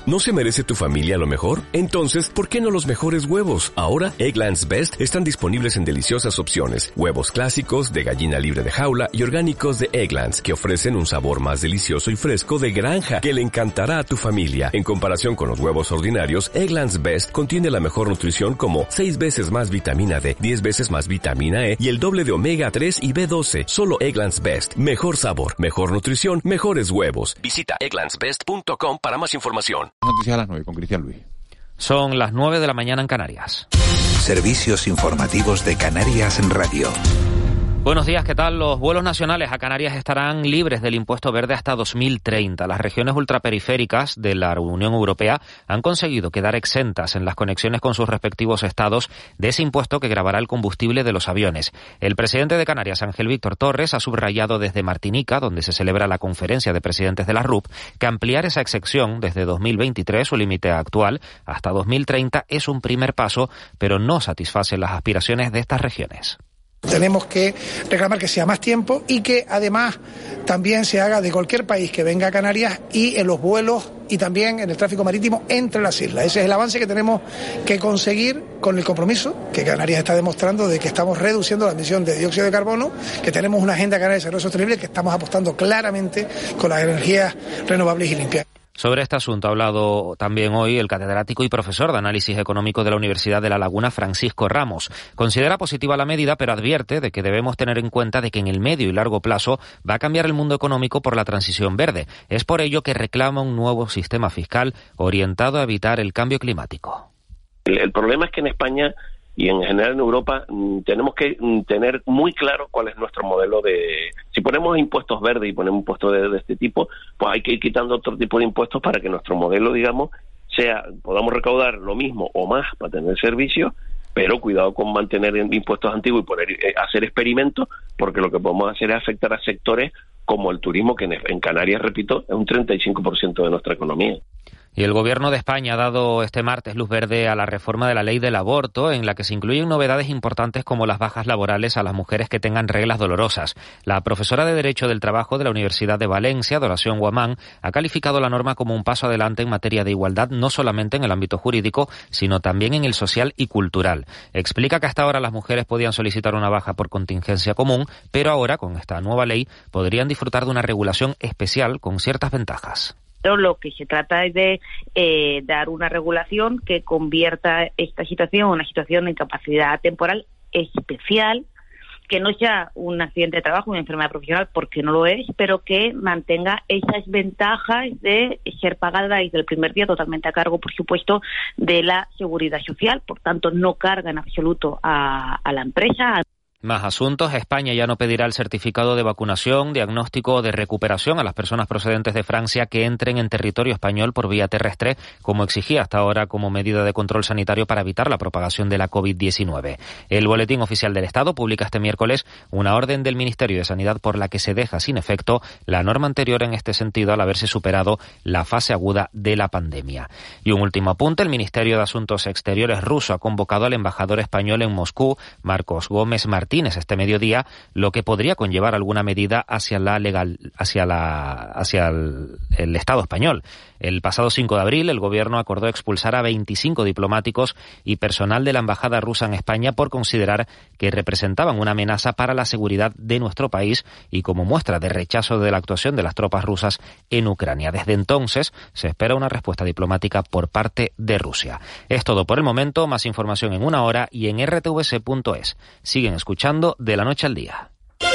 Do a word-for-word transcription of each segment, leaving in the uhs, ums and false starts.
¿No se merece tu familia lo mejor? Entonces, ¿por qué no los mejores huevos? Ahora, Eggland's Best están disponibles en deliciosas opciones. Huevos clásicos, de gallina libre de jaula y orgánicos de Eggland's, que ofrecen un sabor más delicioso y fresco de granja que le encantará a tu familia. En comparación con los huevos ordinarios, Eggland's Best contiene la mejor nutrición como seis veces más vitamina D, diez veces más vitamina E y el doble de omega tres y B doce. Solo Eggland's Best. Mejor sabor, mejor nutrición, mejores huevos. Visita egglands best punto com para más información. Noticias a las nueve con Cristian Luis. Son las nueve de la mañana en Canarias. Servicios informativos de Canarias en Radio. Buenos días, ¿qué tal? Los vuelos nacionales a Canarias estarán libres del impuesto verde hasta dos mil treinta. Las regiones ultraperiféricas de la Unión Europea han conseguido quedar exentas en las conexiones con sus respectivos estados de ese impuesto que gravará el combustible de los aviones. El presidente de Canarias, Ángel Víctor Torres, ha subrayado desde Martinica, donde se celebra la conferencia de presidentes de la R U P, que ampliar esa exención desde dos mil veintitrés, su límite actual, hasta dos mil treinta es un primer paso, pero no satisface las aspiraciones de estas regiones. Tenemos que reclamar que sea más tiempo y que además también se haga de cualquier país que venga a Canarias y en los vuelos y también en el tráfico marítimo entre las islas. Ese es el avance que tenemos que conseguir con el compromiso que Canarias está demostrando de que estamos reduciendo la emisión de dióxido de carbono, que tenemos una agenda canaria de desarrollo sostenible, que estamos apostando claramente con las energías renovables y limpias. Sobre este asunto ha hablado también hoy el catedrático y profesor de Análisis Económico de la Universidad de La Laguna, Francisco Ramos. Considera positiva la medida, pero advierte de que debemos tener en cuenta de que en el medio y largo plazo va a cambiar el mundo económico por la transición verde. Es por ello que reclama un nuevo sistema fiscal orientado a evitar el cambio climático. El, el problema es que en España y en general en Europa tenemos que tener muy claro cuál es nuestro modelo de... Si ponemos impuestos verdes y ponemos impuestos de, de este tipo, pues hay que ir quitando otro tipo de impuestos para que nuestro modelo, digamos, sea podamos recaudar lo mismo o más para tener servicios, pero cuidado con mantener impuestos antiguos y poner eh, hacer experimentos, porque lo que podemos hacer es afectar a sectores como el turismo, que en, en Canarias, repito, es un treinta y cinco por ciento de nuestra economía. Y el Gobierno de España ha dado este martes luz verde a la reforma de la ley del aborto, en la que se incluyen novedades importantes como las bajas laborales a las mujeres que tengan reglas dolorosas. La profesora de Derecho del Trabajo de la Universidad de Valencia, Doración Guamán, ha calificado la norma como un paso adelante en materia de igualdad, no solamente en el ámbito jurídico, sino también en el social y cultural. Explica que hasta ahora las mujeres podían solicitar una baja por contingencia común, pero ahora, con esta nueva ley, podrían disfrutar de una regulación especial con ciertas ventajas. Lo que se trata es de eh, dar una regulación que convierta esta situación en una situación de incapacidad temporal especial, que no sea un accidente de trabajo, una enfermedad profesional, porque no lo es, pero que mantenga esas ventajas de ser pagada desde el primer día, totalmente a cargo, por supuesto, de la seguridad social. Por tanto, no carga en absoluto a, a la empresa. Más asuntos. España ya no pedirá el certificado de vacunación, diagnóstico o de recuperación a las personas procedentes de Francia que entren en territorio español por vía terrestre, como exigía hasta ahora como medida de control sanitario para evitar la propagación de la covid diecinueve. El Boletín Oficial del Estado publica este miércoles una orden del Ministerio de Sanidad por la que se deja sin efecto la norma anterior en este sentido al haberse superado la fase aguda de la pandemia. Y un último apunte. El Ministerio de Asuntos Exteriores ruso ha convocado al embajador español en Moscú, Marcos Gómez Martínez, este mediodía, lo que podría conllevar alguna medida hacia la legal, hacia la, hacia el, el Estado español. El pasado cinco de abril, el gobierno acordó expulsar a veinticinco diplomáticos y personal de la embajada rusa en España por considerar que representaban una amenaza para la seguridad de nuestro país y como muestra de rechazo de la actuación de las tropas rusas en Ucrania. Desde entonces, se espera una respuesta diplomática por parte de Rusia. Es todo por el momento. Más información en una hora y en r t v c punto es. Siguen escuchando De la Noche al Día.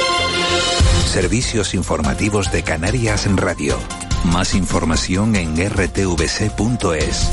Servicios informativos de Canarias en Radio. Más información en r t v c punto es.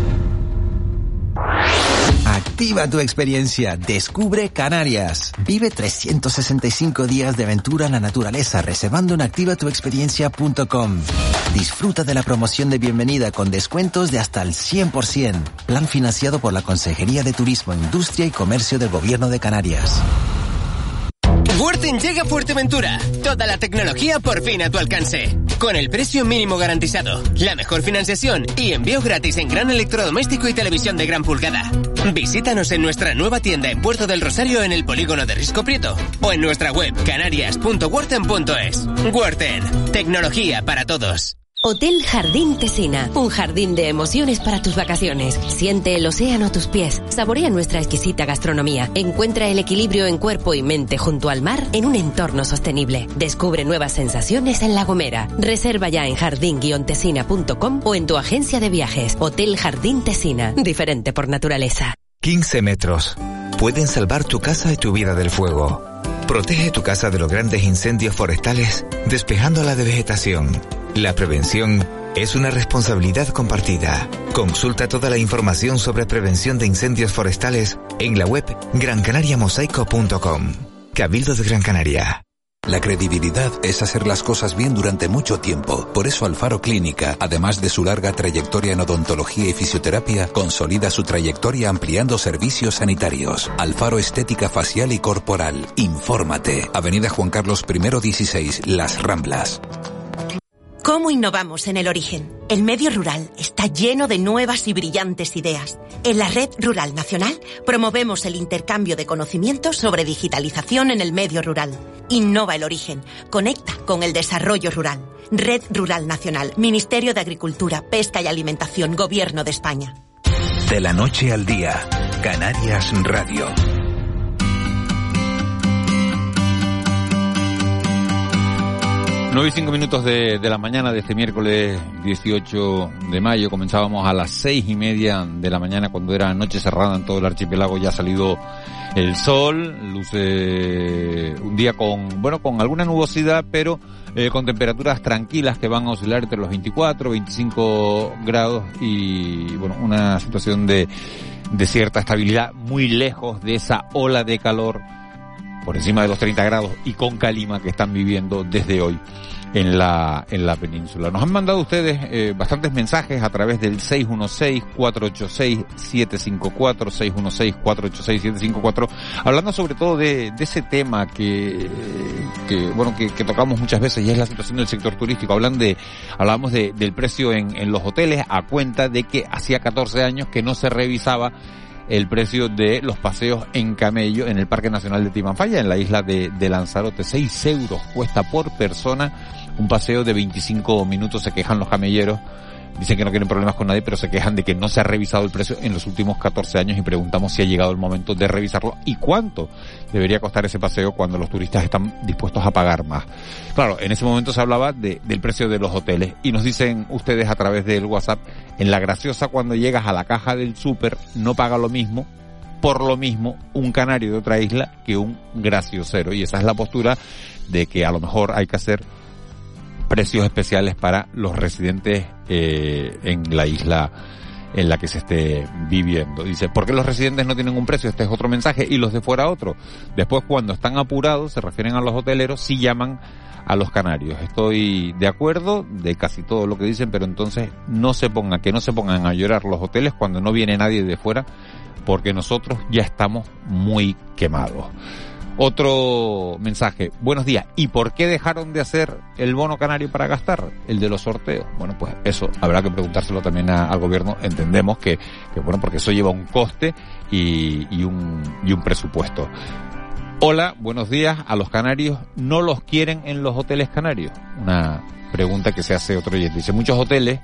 Activa tu experiencia, descubre Canarias. Vive trescientos sesenta y cinco días de aventura en la naturaleza reservando en activa tu experiencia punto com. Disfruta de la promoción de bienvenida con descuentos de hasta el cien por ciento. Plan financiado por la Consejería de Turismo, Industria y Comercio del Gobierno de Canarias. Worten llega a Fuerteventura. Toda la tecnología por fin a tu alcance. Con el precio mínimo garantizado, la mejor financiación y envío gratis en gran electrodoméstico y televisión de gran pulgada. Visítanos en nuestra nueva tienda en Puerto del Rosario en el polígono de Risco Prieto o en nuestra web canarias punto worten punto es. Worten, tecnología para todos. Hotel Jardín Tesina, un jardín de emociones para tus vacaciones. Siente el océano a tus pies, saborea nuestra exquisita gastronomía, encuentra el equilibrio en cuerpo y mente junto al mar en un entorno sostenible. Descubre nuevas sensaciones en La Gomera. Reserva ya en jardín guion tesina punto com o en tu agencia de viajes. Hotel Jardín Tesina, diferente por naturaleza. quince metros. Pueden salvar tu casa y tu vida del fuego. Protege tu casa de los grandes incendios forestales despejándola de vegetación. La prevención es una responsabilidad compartida. Consulta toda la información sobre prevención de incendios forestales en la web gran canaria mosaico punto com. Cabildo de Gran Canaria. La credibilidad es hacer las cosas bien durante mucho tiempo. Por eso Alfaro Clínica, además de su larga trayectoria en odontología y fisioterapia, consolida su trayectoria ampliando servicios sanitarios. Alfaro Estética Facial y Corporal. Infórmate. Avenida Juan Carlos I dieciséis, Las Ramblas. ¿Cómo innovamos en el origen? El medio rural está lleno de nuevas y brillantes ideas. En la Red Rural Nacional promovemos el intercambio de conocimientos sobre digitalización en el medio rural. Innova el origen. Conecta con el desarrollo rural. Red Rural Nacional. Ministerio de Agricultura, Pesca y Alimentación. Gobierno de España. De la noche al día. Canarias Radio. nueve y cinco minutos de, de la mañana de este miércoles dieciocho de mayo. Comenzábamos a las seis y media de la mañana cuando era noche cerrada en todo el archipiélago. Ya ha salido el sol, luce un día con, bueno, con alguna nubosidad, pero eh, con temperaturas tranquilas que van a oscilar entre los veinticuatro, veinticinco grados y, bueno, una situación de, de cierta estabilidad muy lejos de esa ola de calor por encima de los treinta grados y con calima que están viviendo desde hoy en la en la península. Nos han mandado ustedes eh, bastantes mensajes a través del seis uno seis, cuatro ocho seis, siete cinco cuatro, seis uno seis, cuatro ocho seis, siete cinco cuatro, hablando sobre todo de, de ese tema que, que bueno, que, que tocamos muchas veces, y es la situación del sector turístico. Hablan de, hablamos de, del precio en, en los hoteles, a cuenta de que hacía catorce años que no se revisaba el precio de los paseos en camello en el Parque Nacional de Timanfaya, en la isla de, de Lanzarote. Seis euros cuesta por persona un paseo de veinticinco minutos. Se quejan los camelleros, dicen que no tienen problemas con nadie, pero se quejan de que no se ha revisado el precio en los últimos catorce años, y preguntamos si ha llegado el momento de revisarlo y cuánto debería costar ese paseo cuando los turistas están dispuestos a pagar más. Claro, en ese momento se hablaba de, del precio de los hoteles, y nos dicen ustedes a través del WhatsApp: en La Graciosa, cuando llegas a la caja del súper, no paga lo mismo, por lo mismo, un canario de otra isla que un graciosero. Y esa es la postura de que a lo mejor hay que hacer precios especiales para los residentes eh, en la isla en la que se esté viviendo. Dice, ¿por qué los residentes no tienen un precio? Este es otro mensaje, y los de fuera otro. Después, cuando están apurados, se refieren a los hoteleros, sí llaman a los canarios. Estoy de acuerdo de casi todo lo que dicen, pero entonces no se pongan, que no se pongan a llorar los hoteles cuando no viene nadie de fuera, porque nosotros ya estamos muy quemados. Otro mensaje: buenos días, ¿y por qué dejaron de hacer el bono canario para gastar, el de los sorteos? Bueno, pues eso habrá que preguntárselo también a, al gobierno. Entendemos que, que bueno, porque eso lleva un coste y, y un y un presupuesto. Hola, buenos días. ¿A los canarios no los quieren en los hoteles canarios? Una pregunta que se hace otro oyente. Dice, muchos hoteles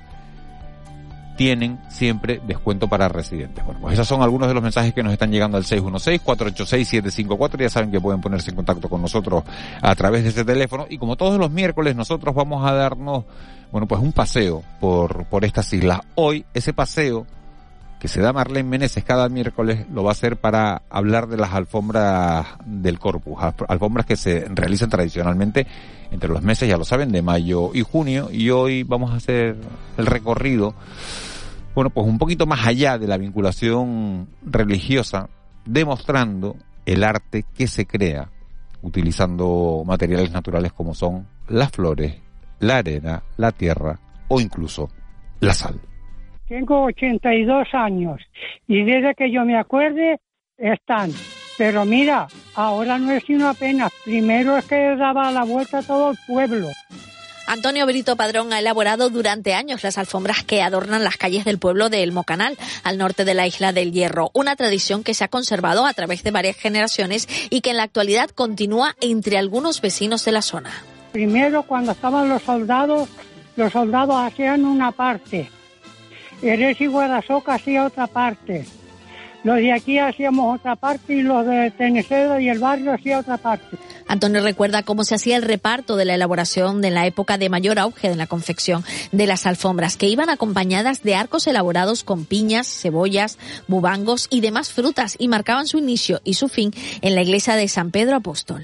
tienen siempre descuento para residentes. Bueno, pues esos son algunos de los mensajes que nos están llegando al seis uno seis, cuatro ocho seis, siete cinco cuatro. Ya saben que pueden ponerse en contacto con nosotros a través de este teléfono. Y como todos los miércoles, nosotros vamos a darnos, bueno, pues un paseo por, por estas islas. Hoy, ese paseo que se da Marlene Meneses cada miércoles lo va a hacer para hablar de las alfombras del Corpus, alfombras que se realizan tradicionalmente entre los meses, ya lo saben, de mayo y junio, y hoy vamos a hacer el recorrido, bueno, pues un poquito más allá de la vinculación religiosa, demostrando el arte que se crea utilizando materiales naturales como son las flores, la arena, la tierra o incluso la sal. Tengo ochenta y dos años y desde que yo me acuerde están. Pero mira, ahora no es sino apenas. Primero es que daba la vuelta a todo el pueblo. Antonio Brito Padrón ha elaborado durante años las alfombras que adornan las calles del pueblo de El Mocanal, al norte de la isla del Hierro. Una tradición que se ha conservado a través de varias generaciones y que en la actualidad continúa entre algunos vecinos de la zona. Primero, cuando estaban los soldados, los soldados hacían una parte, Eres y Guadasoca hacía otra parte, los de aquí hacíamos otra parte y los de Tenecedo y el barrio hacía otra parte. Antonio recuerda cómo se hacía el reparto de la elaboración de la época de mayor auge de la confección de las alfombras, que iban acompañadas de arcos elaborados con piñas, cebollas, bubangos y demás frutas, y marcaban su inicio y su fin en la iglesia de San Pedro Apóstol.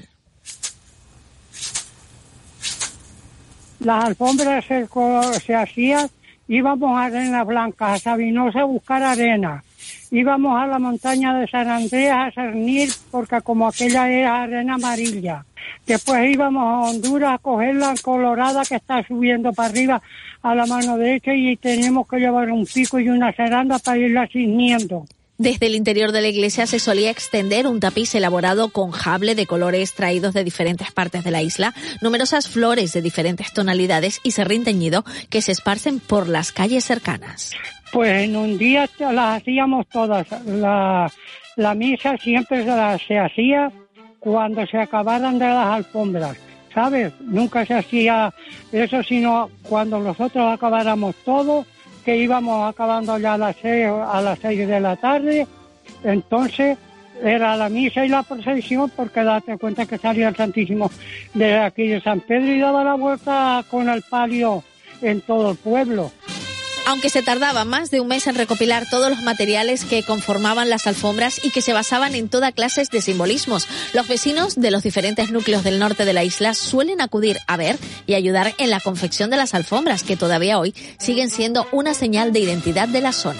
Las alfombras se, se hacían, íbamos a Arenas Blancas, a Sabinosa a buscar arena. Íbamos a la montaña de San Andrés a cernir, porque como aquella era arena amarilla. Después íbamos a Honduras a coger la colorada que está subiendo para arriba a la mano derecha, y teníamos que llevar un pico y una ceranda para irla ciñendo. Desde el interior de la iglesia se solía extender un tapiz elaborado con jable de colores traídos de diferentes partes de la isla, numerosas flores de diferentes tonalidades y serrín teñido que se esparcen por las calles cercanas. Pues en un día las hacíamos todas. La, la misa siempre se, la, se hacía cuando se acabaran de las alfombras, ¿sabes? Nunca se hacía eso, sino cuando nosotros acabáramos todo, que íbamos acabando ya a las seis, a las seis de la tarde. Entonces era la misa y la procesión, porque date cuenta que salía el Santísimo de aquí de San Pedro y daba la vuelta con el palio en todo el pueblo. Aunque se tardaba más de un mes en recopilar todos los materiales que conformaban las alfombras y que se basaban en toda clase de simbolismos, los vecinos de los diferentes núcleos del norte de la isla suelen acudir a ver y ayudar en la confección de las alfombras, que todavía hoy siguen siendo una señal de identidad de la zona.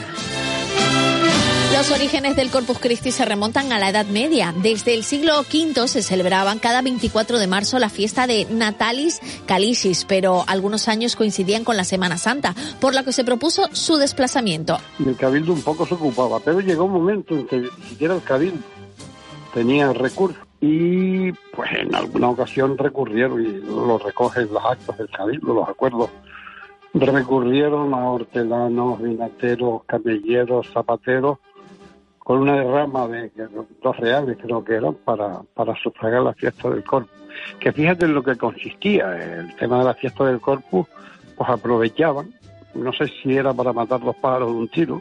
Los orígenes del Corpus Christi se remontan a la Edad Media. Desde el siglo quinto se celebraban cada veinticuatro de marzo la fiesta de Natalis Calicis, pero algunos años coincidían con la Semana Santa, por lo que se propuso su desplazamiento. El Cabildo un poco se ocupaba, pero llegó un momento en que ni siquiera el Cabildo tenía recursos, y pues en alguna ocasión recurrieron, y lo recogen los actos del Cabildo, los acuerdos, recurrieron a hortelanos, vinateros, camelleros, zapateros, con una derrama de dos reales, creo que eran, para, para sufragar la fiesta del Corpus. Que fíjate en lo que consistía el tema de la fiesta del Corpus, pues aprovechaban, no sé si era para matar los pájaros de un tiro,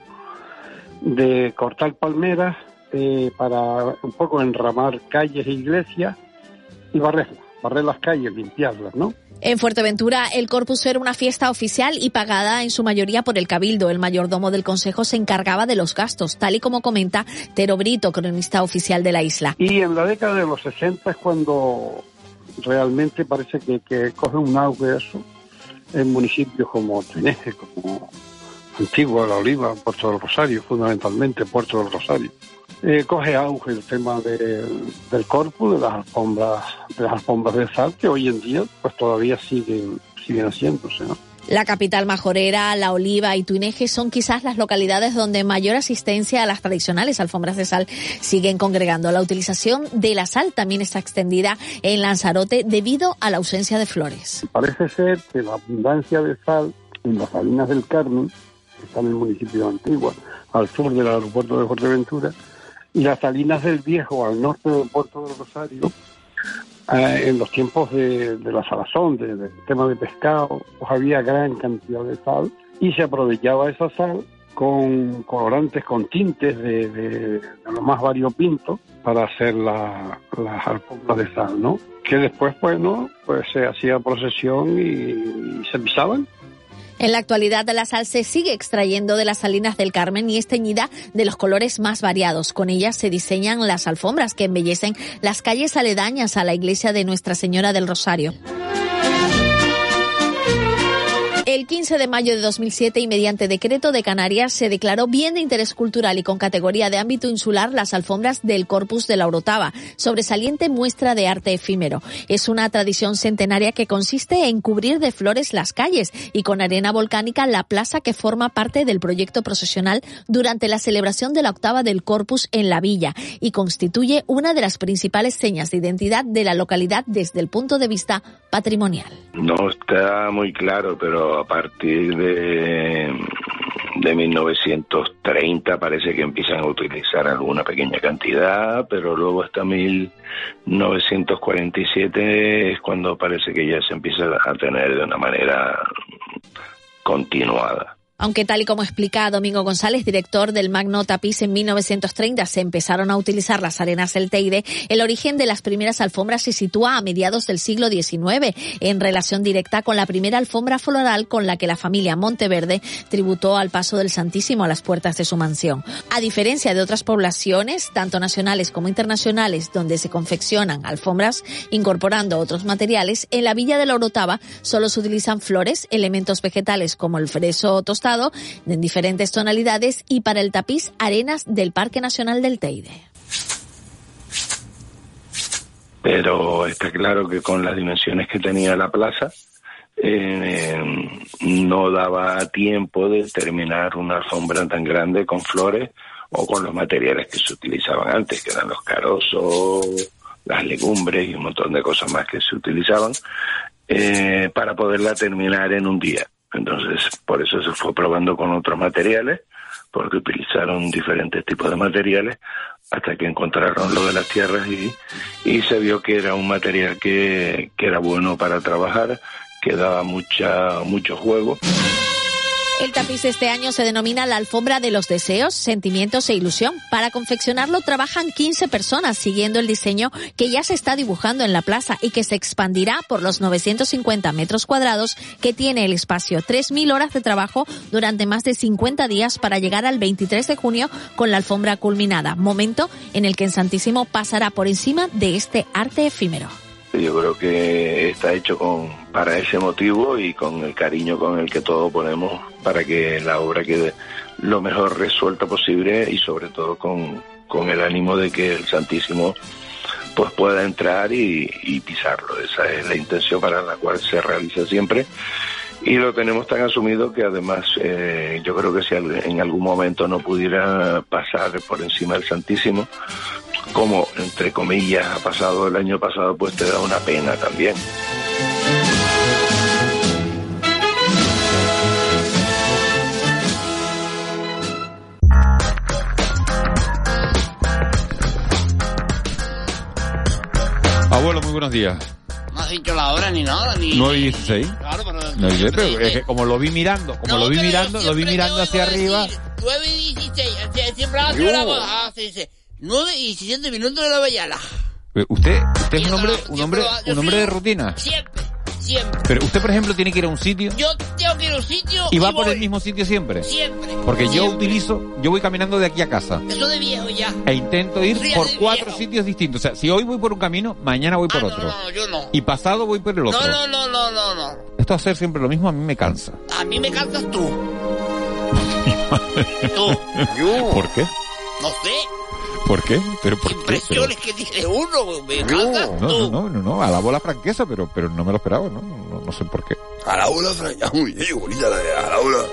de cortar palmeras eh, para un poco enramar calles e iglesias y barrerlas, barrer las calles, limpiarlas, ¿no? En Fuerteventura, el Corpus era una fiesta oficial y pagada en su mayoría por el Cabildo. El mayordomo del Consejo se encargaba de los gastos, tal y como comenta Tero Brito, cronista oficial de la isla. Y en la década de los sesenta es cuando realmente parece que, que coge un auge eso en municipios como Teneje, como Antigua, La Oliva, Puerto del Rosario, fundamentalmente Puerto del Rosario. Eh, coge auge el tema de, del Corpus, de las alfombras, de las alfombras de sal, que hoy en día pues todavía siguen, siguen haciéndose, ¿no? La capital majorera, La Oliva y Tuineje son quizás las localidades donde mayor asistencia a las tradicionales alfombras de sal siguen congregando. La utilización de la sal también está extendida en Lanzarote debido a la ausencia de flores. Parece ser que la abundancia de sal en las Salinas del Carmen, que está en el municipio de Antigua, al sur del aeropuerto de Fuerteventura, y las Salinas del Viejo, al norte del puerto del Rosario, eh, en los tiempos de, de la salazón, del de tema de pescado, pues había gran cantidad de sal, y se aprovechaba esa sal con colorantes, con tintes de, de, de lo más variopinto para hacer la, las alfombras de sal, ¿no? Que después, pues, ¿no? Pues se hacía procesión y, y se pisaban. En la actualidad, la sal se sigue extrayendo de las Salinas del Carmen y es teñida de los colores más variados. Con ellas se diseñan las alfombras que embellecen las calles aledañas a la iglesia de Nuestra Señora del Rosario. El quince de mayo de dos mil siete y mediante decreto de Canarias se declaró bien de interés cultural y con categoría de ámbito insular las alfombras del Corpus de la Orotava, sobresaliente muestra de arte efímero. Es una tradición centenaria que consiste en cubrir de flores las calles y con arena volcánica la plaza que forma parte del proyecto procesional durante la celebración de la octava del Corpus en la villa y constituye una de las principales señas de identidad de la localidad desde el punto de vista patrimonial. No está muy claro, pero a partir de, de mil novecientos treinta parece que empiezan a utilizar alguna pequeña cantidad, pero luego hasta mil novecientos cuarenta y siete es cuando parece que ya se empieza a tener de una manera continuada. Aunque tal y como explica Domingo González, director del Magno Tapiz, en mil novecientos treinta se empezaron a utilizar las arenas del Teide, el origen de las primeras alfombras se sitúa a mediados del siglo diecinueve, en relación directa con la primera alfombra floral con la que la familia Monteverde tributó al paso del Santísimo a las puertas de su mansión. A diferencia de otras poblaciones, tanto nacionales como internacionales, donde se confeccionan alfombras incorporando otros materiales, en la villa de la Orotava solo se utilizan flores, elementos vegetales como el freso tostado, en diferentes tonalidades, y para el tapiz, arenas del Parque Nacional del Teide. Pero está claro que con las dimensiones que tenía la plaza, eh, no daba tiempo de terminar una alfombra tan grande con flores o con los materiales que se utilizaban antes, que eran los carozos, las legumbres y un montón de cosas más que se utilizaban, eh, para poderla terminar en un día. Entonces, por eso se fue probando con otros materiales, porque utilizaron diferentes tipos de materiales, hasta que encontraron lo de las tierras y, y se vio que era un material que, que era bueno para trabajar, que daba mucha, mucho juego. El tapiz este año se denomina la alfombra de los deseos, sentimientos e ilusión. Para confeccionarlo trabajan quince personas siguiendo el diseño que ya se está dibujando en la plaza y que se expandirá por los novecientos cincuenta metros cuadrados que tiene el espacio. tres mil horas de trabajo durante más de cincuenta días para llegar al veintitrés de junio con la alfombra culminada, momento en el que el Santísimo pasará por encima de este arte efímero. Yo creo que está hecho con para ese motivo y con el cariño con el que todos ponemos para que la obra quede lo mejor resuelta posible y sobre todo con, con el ánimo de que el Santísimo pues pueda entrar y, y pisarlo. Esa es la intención para la cual se realiza siempre y lo tenemos tan asumido que además eh, yo creo que si en algún momento no pudiera pasar por encima del Santísimo, como entre comillas ha pasado el año pasado, pues te da una pena también. Abuelo, muy buenos días. No has dicho la hora ni nada, ni... nueve y dieciséis. Claro, pero... No, yo, pero es que como lo vi mirando, como no, lo vi mirando, lo vi mirando hacia arriba. nueve y dieciséis, siempre ha sido la baja, se dice. nueve y diecisiete minutos de la Bayala. Usted, usted es un hombre, un hombre, un hombre de rutina. Siempre, siempre. Pero usted, por ejemplo, tiene que ir a un sitio. Yo tengo que ir a un sitio y va y por voy. el mismo sitio siempre. Siempre. Porque siempre. yo utilizo, yo voy caminando de aquí a casa. Eso de viejo ya. E intento ir Río por de cuatro viejo. sitios distintos. O sea, si hoy voy por un camino, mañana voy por ah, otro. No, no, yo no. Y pasado voy por el otro. No, no, no, no, no, no. Esto hacer siempre lo mismo a mí me cansa. A mí me cansas tú. tú. Yo. ¿Por qué? No sé. ¿Por qué? ¿Pero por Impresiones qué? que tiene uno, me cansas No, tú. no, no, no, no, alabo la franqueza, pero, pero no me lo esperaba, ¿no? No, no sé por qué. A la ola, muy bonita la de a la ola.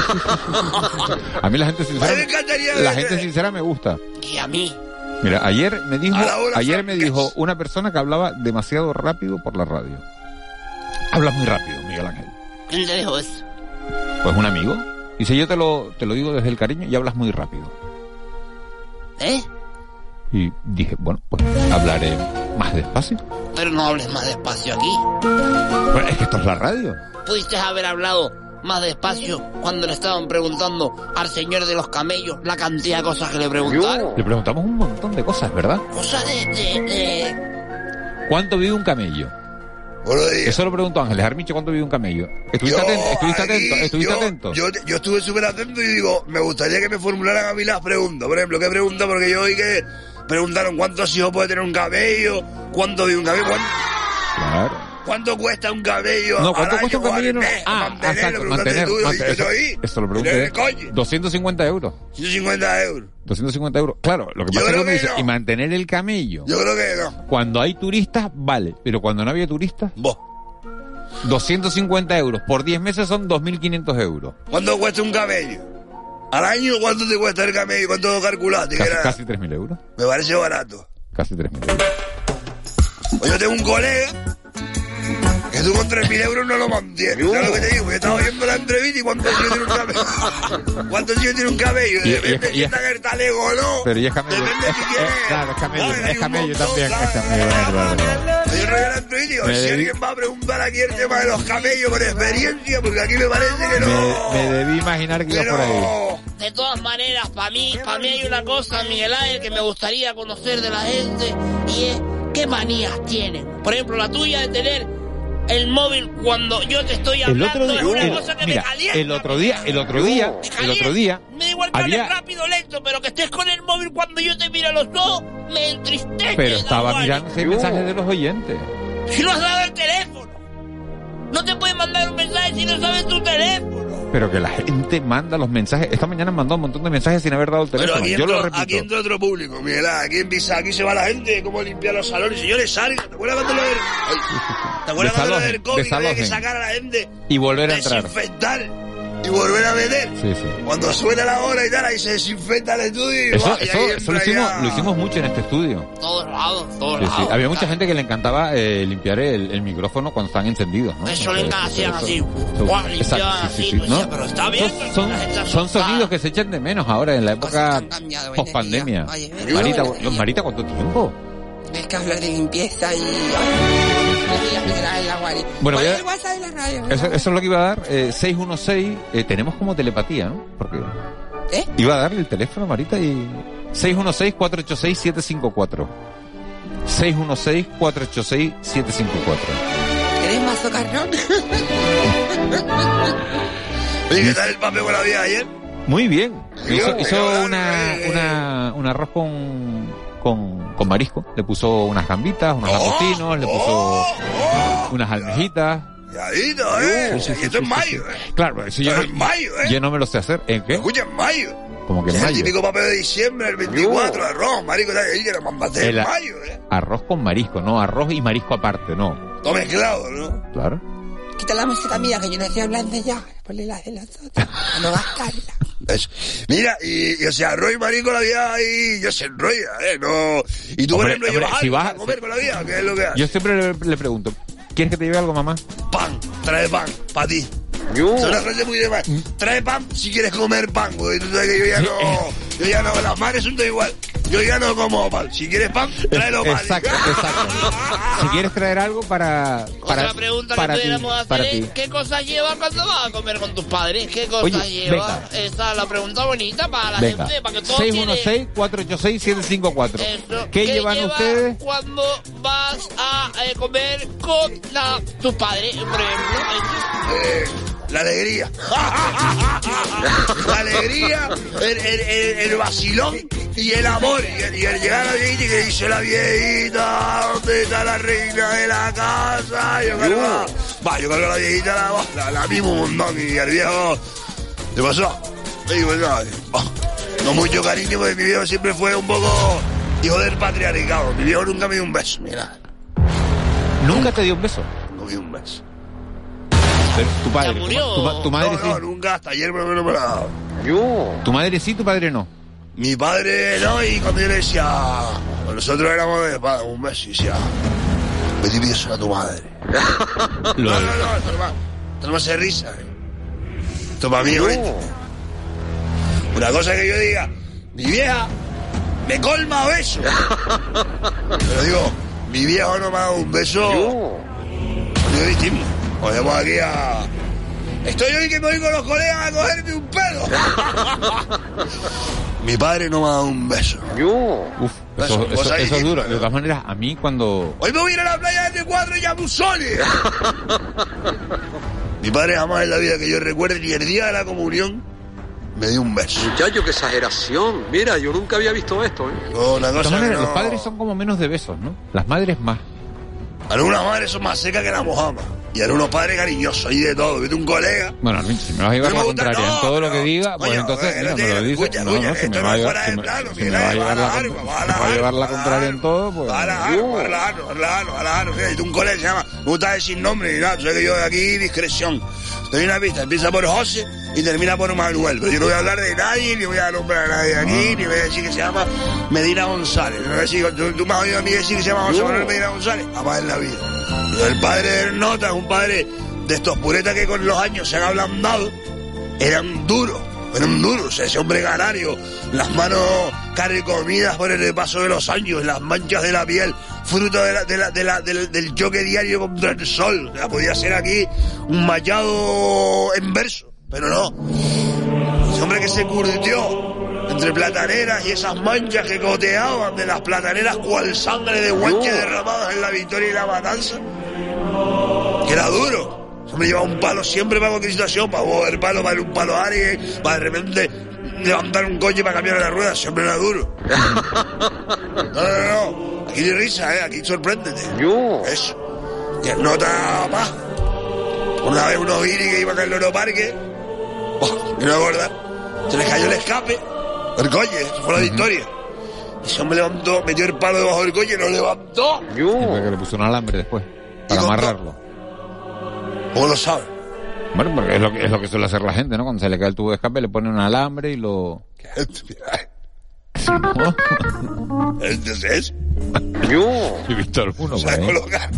A mí la gente sincera, A mí me encantaría la ver- gente sincera me gusta. Y a mí. Mira, ayer me dijo, A la ola, ayer me francas. dijo una persona que hablaba demasiado rápido por la radio. Hablas muy rápido, Miguel Ángel. ¿Quién te dijo eso? Pues un amigo. Dice, yo te lo, te lo digo desde el cariño y hablas muy rápido. ¿Eh? Y dije, bueno, pues hablaré más despacio. Pero no hables más despacio aquí. Bueno, es que esto es la radio. Pudiste haber hablado más despacio cuando le estaban preguntando al señor de los camellos la cantidad de cosas que le preguntaron. Le preguntamos un montón de cosas, ¿verdad? Cosas de... de, de... ¿Cuánto vive un camello? Eso lo preguntó Ángeles Armicho, ¿cuánto vive un camello? ¿Estuviste Yo, atento? ¿Estuviste aquí, atento? ¿Estuviste yo, atento? Yo, yo estuve súper atento y digo, me gustaría que me formularan a mí las preguntas. Por ejemplo, ¿qué pregunta? Porque yo oí que preguntaron cuántos hijos puede tener un camello, cuánto vive un camello, cuánto, Claro. cuánto cuesta un camello. No, ¿cuánto al cuesta año un camello? o al No? mes? Ah, mantenerlo, exacto, preguntaste mantener. tú, y yo, mantener, yo eso, oí. eso lo ¿Qué pregunté. coño? doscientos cincuenta euros. ciento cincuenta euros. doscientos cincuenta euros. Claro, lo que Yo pasa es que creo uno que dice, no. y mantener el camello. Yo creo que no. Cuando hay turistas, vale. Pero cuando no había turistas, Vos. doscientos cincuenta euros. Por diez meses son dos mil quinientos euros. ¿Cuánto cuesta un camello? ¿Al año cuánto te cuesta el camello? ¿Cuánto calculaste? Casi, Que era- casi tres mil euros. Me parece barato. Casi tres mil euros. Pues yo tengo un colega que tú con tres mil euros no lo mantienes. ¿Sabes lo que te digo? Yo estaba viendo la entrevista y cuánto tiene un camello. ¿Cuántos hijos tiene un camello? Y- y- Depende y- si está en el talego o no. Pero ya es camello. Depende Es- si quiere. es- claro, es camello, Ay, es hay un camello montón, también, ¿sabes? es camello, vale, vale, vale. Yo rollo y digo, Me si debí- alguien va a preguntar aquí el tema de los camellos con experiencia, porque aquí me parece que no. Me, me debí imaginar que iba por ahí. De todas maneras, para mí, para mí hay una cosa, Miguel Ángel, que me gustaría conocer de la gente, y es qué manías tienen. Por ejemplo, la tuya de tener el móvil cuando yo te estoy El hablando otro día, es una el- cosa que mira, me calienta. el otro día, el otro día, el otro día, Me da igual que hables había, rápido o lento, pero que estés con el móvil cuando yo te miro a los ojos, me entristece. pero da estaba igual. mirando seis mensajes de los oyentes. Si no has dado el teléfono. No te pueden mandar un mensaje si no sabes tu teléfono. Pero que la gente manda los mensajes. Esta mañana mandó un montón de mensajes sin haber dado el Pero teléfono. aquí Yo lo entra, repito. aquí entra otro público, Miguel, aquí en Pisa, aquí se va la gente, cómo limpiar los salones. Señores, salgan, ¿te acuerdas cuando lo del, ay, ¿te acuerdas cuando lo del Desalojen, COVID que había que desalojen. sacar a la gente, Y volver a entrar. desinfectar y volver a meter? Sí, sí. Cuando suena la hora y tal, ahí se desinfecta el estudio y, Eso, va, y eso, ahí eso lo, entra hicimos, ya. lo hicimos mucho en este estudio. Todos lados, todos Sí, sí. lados. Había mucha gente que le encantaba eh, limpiar el, el micrófono cuando están encendidos, ¿no? Eso le Entonces, hacían eso- así. eso- Guau, exacto, limpiaban sí, sí, así, sí, pues, ¿no? decía, pero está bien, Son, porque son, la gente son asustada. sonidos que se echan de menos ahora en la época cambiado, post pandemia. Oye, Marita, buenos días. Marita, ¿cuánto tiempo? Es que hablar de limpieza y... Ay, Bueno, voy a- el WhatsApp de la radio? Eso, eso es lo que iba a dar. Eh, seis uno seis, eh, tenemos como telepatía, ¿no? Porque ¿Eh? iba a darle el teléfono, Marita, y seis uno seis, cuatro ocho seis, siete cinco cuatro. seis uno seis, cuatro ocho seis, siete cinco cuatro. ¿Querés más socarrón? Oye, ¿qué tal el papel con la vida ayer? Muy bien. Hizo, Yo, hizo yo, una, eh, una, un arroz con, con, con marisco. Le puso unas gambitas, unos langostinos, le puso unas almejitas. Cuidadito, ¿eh? Sí, sí, Y sí, esto sí, es sí, mayo, sí. ¿eh? Claro, eso yo Pero no, en mayo, ¿eh? yo no me lo sé hacer. ¿En qué? Escucha, en mayo. Como que en Es el mayo. típico papel de diciembre, el veinticuatro, arroz, marico, tal, y que lo mandaste El en a- mayo, ¿eh? Arroz con marisco, no arroz y marisco aparte, no. Todo mezclado, ¿no? Claro. Quita la música mía, que yo no estoy hablando ya. Ponle la de las otras, para no gastarla. Eso. Mira, y, y, o sea, arroz y marico la vida ahí, yo se enrolla, ¿eh? No. Y tú, por Hombre, ejemplo, hombre, llevas si algo vas- a comer con la vida, ¿qué es lo que haces? Yo siempre le, le pregunto, ¿quieres que te lleve algo, mamá? Pan, trae pan, para ti. Es una frase muy de mal. Trae pan si quieres comer pan, güey. Tú sabes que yo ya no, yo ya no, las madres son todo igual. Yo ya no como pan. Si quieres pan, tráelo pan. Exacto, exacto. Si quieres traer algo para, para, Otra pregunta para que ti, pudiéramos hacer para es, ti. ¿qué cosas llevas cuando vas a comer con tus padres? ¿Qué cosas Oye, llevas? venga. Esa es la pregunta bonita para la Venga, gente, para que todos seis uno tienen... seis, cuatro ocho seis, siete cinco cuatro. Eso. ¿Qué llevan llevas ustedes? cuando vas a eh, comer con la- tus padres, por ejemplo? Eh, la alegría. La alegría, el, el, el, el vacilón y el amor. Y el, y el llegar a la viejita y que dice la viejita, ¿dónde está la reina de la casa? Yo cargo, a- va, yo cargo a la viejita, la, la, la mimo un montón. Y al viejo, ¿qué pasó? Le digo, no, oh, no mucho cariño, porque mi viejo siempre fue un poco hijo del patriarcado. Mi viejo nunca me dio un beso, mira. ¿Nunca te dio un beso? No me dio un beso. Tu padre. ¿Se murió? Tu, ma- tu madre no, sí. no, nunca, hasta ayer por lo menos me lo ha dado. Tu madre sí, tu padre no. Mi padre no, y cuando yo le decía, nosotros éramos de padre, un beso, y decía, vete y pídeselo a tu madre. Lo- No, no, no, esto no va, esto no va a ser risa. eh. Esto para mí, ¿oíste? Una cosa que yo diga, mi vieja me colma a besos. Pero digo, mi viejo no me ha dado un beso. Yo distinto. Podemos aquí a... Estoy hoy que me voy con los colegas a cogerme un pedo. Mi padre no me ha dado un beso. Uf, eso, Eso, eso- cosa eso es distinta, duro. ¿no? De todas maneras, a mí cuando... Hoy me voy a ir a la playa de cuatro y llamo un sol. Mi padre jamás en la vida que yo recuerde, ni el día de la comunión, me dio un beso. Muchacho, qué exageración. Mira, yo nunca había visto esto, ¿eh? No, una De todas cosa que maneras, no... los padres son como menos de besos, ¿no? Las madres más. Algunas madres son más secas que la mojama. Y algunos padres cariñosos, y de todo. Viste un colega... Bueno, si me vas a llevar No la me gusta, contraria en no, todo lo que no. diga, pues Coño, entonces, eh, mira, no me lo tiene- dices. escucha, No, no, escucha, si me esto va a no es llevar, fuera si de me, plano, si me mira, va a va llevar a la, la contra- arma, si va a me la va a llevar la arma, contraria en todo, pues... A la arma, a la arma, a la arma, a la arma. Fíjate, un colega se llama, me gusta decir nombre ni nada, tú sabes que yo de aquí discreción. Te doy una pista, empieza por José y termina por Manuel, pero yo no voy a hablar de nadie, ni voy a nombrar a nadie de aquí, ni voy a decir que se llama Medina González. No voy a decir, tú, tú me has oído a mí decir que se llama José Manuel Medina González, jamás en la vida. Y el padre de Nota es un padre de estos puretas que con los años se han ablandado, eran duros. Era un duro, o sea, ese hombre canario, las manos carcomidas por el paso de los años, las manchas de la piel, fruto de la, de la, de la, del, del choque diario contra el sol. O sea, podía ser aquí un machado en verso, pero no. Ese hombre que se curtió entre plataneras y esas manchas que goteaban de las plataneras cual sangre de guanche derramadas en la victoria y la matanza, que era duro. Hombre, lleva un palo siempre para cualquier situación, para mover palo, para ir un palo a alguien, para de repente levantar un coche para cambiar la rueda, siempre era duro. No, no, no, aquí de risa, ¿eh? Aquí sorpréndete. Yo. Eso. Y el nota paz. Una vez unos guiris que iban al Loro Parque, oh, no me acuerdo, se les cayó el escape, el coche, eso fue la victoria. Ese hombre levantó, metió el palo debajo del coche y lo levantó. Yo. Y fue que le puso un alambre después, para amarrarlo. ¿Cómo lo sabe? Bueno, porque es lo, que, es lo que suele hacer la gente, ¿no? Cuando se le cae el tubo de escape, le pone un alambre y lo... ¿Qué gente? ¿No? ¿Entonces es? Yo. He visto alguno, ¿sabes colocar?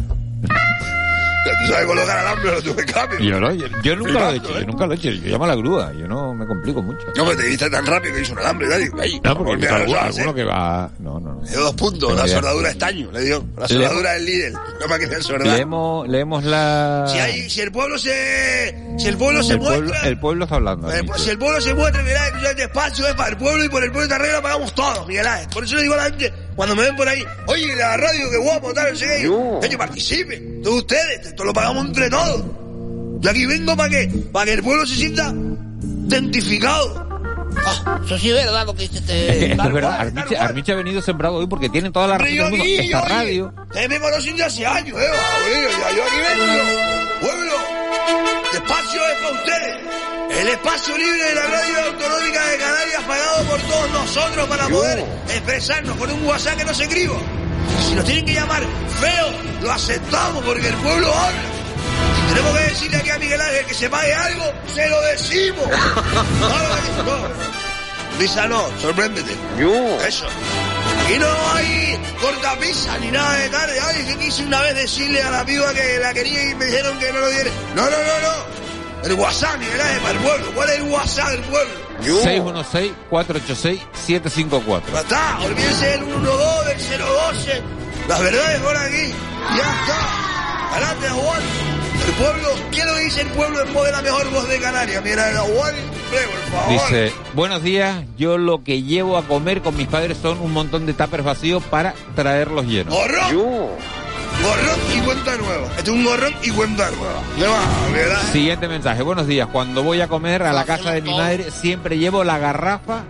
¿Tú sabes colocar alambre a los tubos de escape? Yo no, yo, yo nunca Flipando, lo he hecho, ¿eh? yo nunca lo he hecho. Yo llamo a la grúa, yo no me complico mucho. No, pero te viste tan rápido que hizo un alambre, ¿verdad? Ahí, no, porque he visto alguno, alguno que va... No, no, no. Le dio dos puntos, la soldadura estaño, le dio. La soldadura del líder, no para que sea soldar. Leemos, leemos la... Si, hay, si el pueblo se... Si el pueblo se el muestra... Pueblo, el pueblo está hablando. El, si el pueblo se muestra, Miguel Ángel, el despacho es para el pueblo y por el pueblo de Tarrera pagamos todos, Miguel Ángel. Por eso le digo a la gente, cuando me ven por ahí, oye, la radio, qué guapo, tal, no sé qué. Yo. Que participen, todos ustedes, esto lo pagamos entre todos. Yo aquí vengo para que, para que el pueblo se sienta identificado. Ah, eso sí es verdad lo que dice este... Es, que, es verdad, Armiche, Armiche ha venido sembrado hoy porque tiene toda la radio del mundo. Esta radio... Ustedes me conocen de hace años, eh, abuelo, ya yo aquí vengo, pueblo, despacio es para ustedes. El espacio libre de la radio autonómica de Canarias pagado por todos nosotros para poder expresarnos con un WhatsApp que no se escriba. Si nos tienen que llamar feos, lo aceptamos porque el pueblo habla. Si tenemos que decirle aquí a Miguel Ángel que se pague algo, se lo decimos. No, no, no. Risa no, sorpréndete. Yo. Eso. Y no hay cortapisa ni nada de tal. Ay, que quise una vez decirle a la piba que la quería y me dijeron que no lo diera. No, no, no, no. El WhatsApp, Miguel Ángel, para el pueblo. ¿Cuál es el WhatsApp del pueblo? seis uno seis, cuatro ocho seis, siete cinco cuatro. Ya está, olvídense del uno uno dos, del cero doce. Las verdades por aquí. Ya está. Adelante, Juan. El pueblo, ¿qué lo dice el pueblo después de la mejor voz de Canarias? Mira, Juan, por favor. Dice, buenos días, yo lo que llevo a comer con mis padres son un montón de tuppers vacíos para traerlos llenos. ¡Gorrón! Yo. Gorrón y cuenta nueva. Este es un gorrón y cuenta nueva. ¿Qué va, verdad? Siguiente mensaje. Buenos días. Cuando voy a comer a la casa de mi madre, siempre llevo la garrafa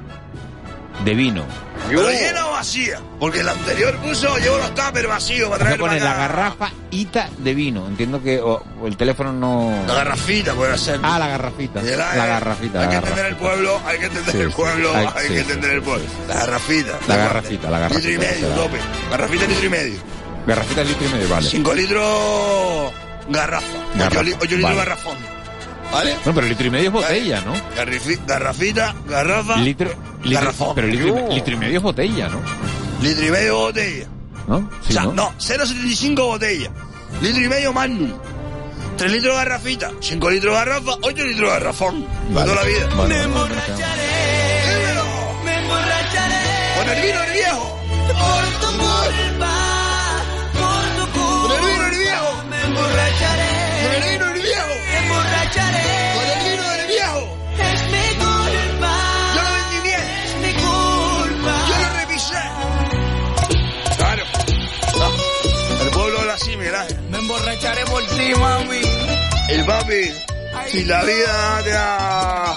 de vino. ¿Pero llena o vacía? Porque el anterior puso, llevo los tuppers vacíos para traer pone la garrafa ita de vino. Entiendo que o, o el teléfono no... La garrafita puede ser. Ah, la garrafita. La, la garrafita. Hay la que garrafita. entender el pueblo, hay que entender sí, el pueblo, hay, hay sí, que entender sí, el pueblo. La garrafita. La garrafita, la garrafita. Litro y medio, tope. Garrafita litro y medio. Garrafita litro y medio, vale. Cinco litros garrafa. Garrafa. Ocho, ocho litros vale. Garrafón. ¿Vale? No, pero litro y medio es botella, ¿no? Garrifi, garrafita, garrafa, litro, litro garrafón. Pero litro, uh. litro y medio es botella, ¿no? Litro y medio botella. ¿No? Sí, o sea, ¿no? no, cero coma setenta y cinco botella. Litro y medio magnum. Tres litros garrafita, cinco litros garrafa, ocho litros garrafón. Vale. Toda la vida. Vale, me vale, emborracharé. Dímelo. Me emborracharé. Con el vino el viejo. Por tu culpa. Por tu culpa. Con el vino el viejo. Me emborracharé. Con el vino el viejo. Me emborracharé. Con el vino del viejo. Es mi culpa. Yo lo vendí bien. Es mi culpa. Yo lo revisé. Claro. No. El pueblo habla así, mira. Me emborracharé por ti, mami. El papi, si la vida te da...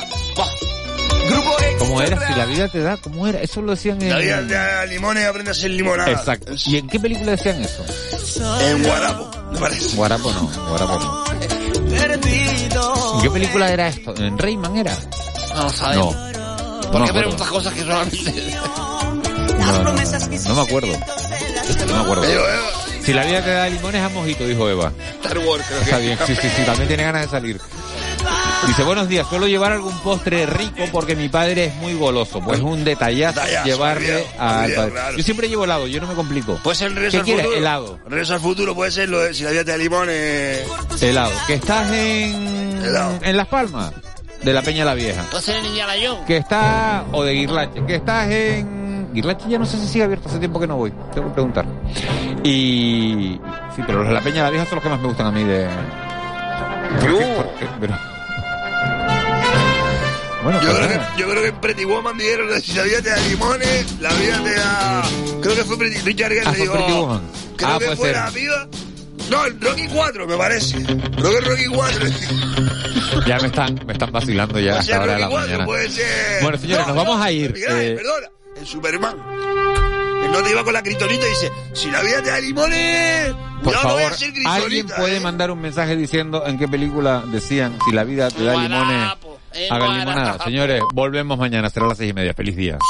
¿Cómo era? Si la vida te da, ¿cómo era? Eso lo decían en... La vida te da limones y aprende a hacer limonada. Exacto. ¿Y en qué película decían eso? En Guarapo, me parece. Guarapo no, Guarapo no. ¿En qué película era esto? ¿En Rayman era? No, sabemos. No. ¿Por no qué preguntas cosas que solamente... No, no, no, no, no me acuerdo. No me acuerdo. Pero, eh, si la vida te da limones a mojito, dijo Eva. Star Wars, creo que está bien, sí, sí, sí, también tiene ganas de salir. Dice, buenos días, suelo llevar algún postre rico porque mi padre es muy goloso. Pues un detallazo, detallazo llevarle olvidado, al olvidado, padre. Claro. Yo siempre llevo helado, yo no me complico. Puede ser el regreso ¿Qué al quieres? Futuro. Helado. Regreso al futuro puede ser lo de si la vida te da limones. Helado. ¿Que estás en... Helado. en Las Palmas? de la Peña la Vieja. Puede ser en Indiana Jones. Que está, o de Guirlache, que estás en... Guirlache ya no sé si sigue abierto, hace tiempo que no voy, tengo que preguntar. Y... sí, pero los de la Peña la Vieja son los que más me gustan a mí de... ¿Por qué? ¿Por qué? Pero... bueno, yo, pues creo nada. que, yo creo que en Pretty Woman dijeron que si la vida te da limones, la vida te da... Creo que fue Pretty, Richard Gere, Ah, le fue dijo... Pretty Woman. Creo Ah, que puede fue ser. la piba... No, el Rocky cuatro, me parece. Creo que el Rocky cuatro. Ya me están, me están vacilando ya a Puede ser esta hora de la Rocky cuatro, mañana. puede ser... Bueno, señores, No, nos vamos no, a ir. Miguel, Eh, perdona, el Superman. El no te iba con la kriptonita y dice, si la vida te da limones... Por cuidado, no voy a favor, ser kriptonita, alguien puede eh. mandar un mensaje diciendo en qué película decían si la vida te da limones, haga limonada. Señores, volvemos mañana, será las seis y media. Feliz día.